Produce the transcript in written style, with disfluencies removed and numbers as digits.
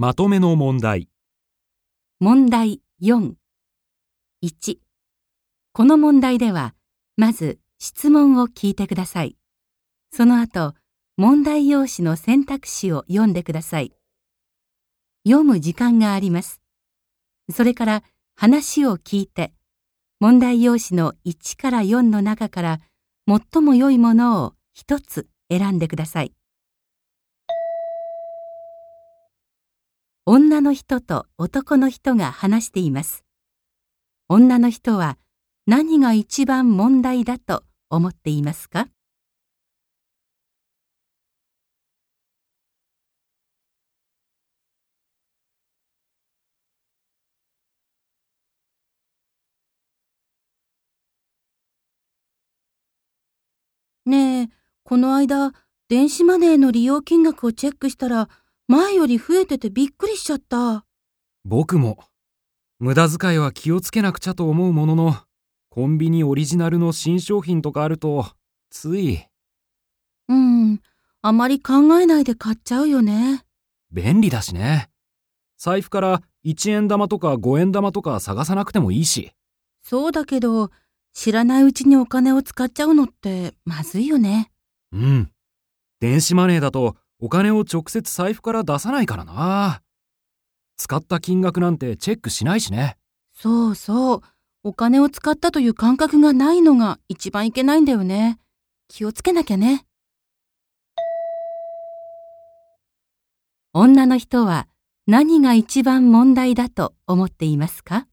まとめの問題。 問題4。1、この問題では、まず質問を聞いてください。その後、問題用紙の選択肢を読んでください。読む時間があります。それから話を聞いて、問題用紙の1から4の中から最も良いものを一つ選んでください。女の人と男の人が話しています。女の人は何が一番問題だと思っていますか？ねえ、この間、電子マネーの利用金額をチェックしたら、前より増えててびっくりしちゃった。 僕も。無駄遣いは気をつけなくちゃと思うものの、コンビニオリジナルの新商品とかあると、つい。 あまり考えないで買っちゃうよね。 便利だしね。財布から1円玉とか5円玉とか探さなくてもいいし。 そうだけど、知らないうちにお金を使っちゃうのってまずいよね。 うん。電子マネーだとお金を直接財布から出さないからな。使った金額なんてチェックしないしね。 そうそう。お金を使ったという感覚がないのが一番いけないんだよね。気をつけなきゃね。女の人は何が一番問題だと思っていますか？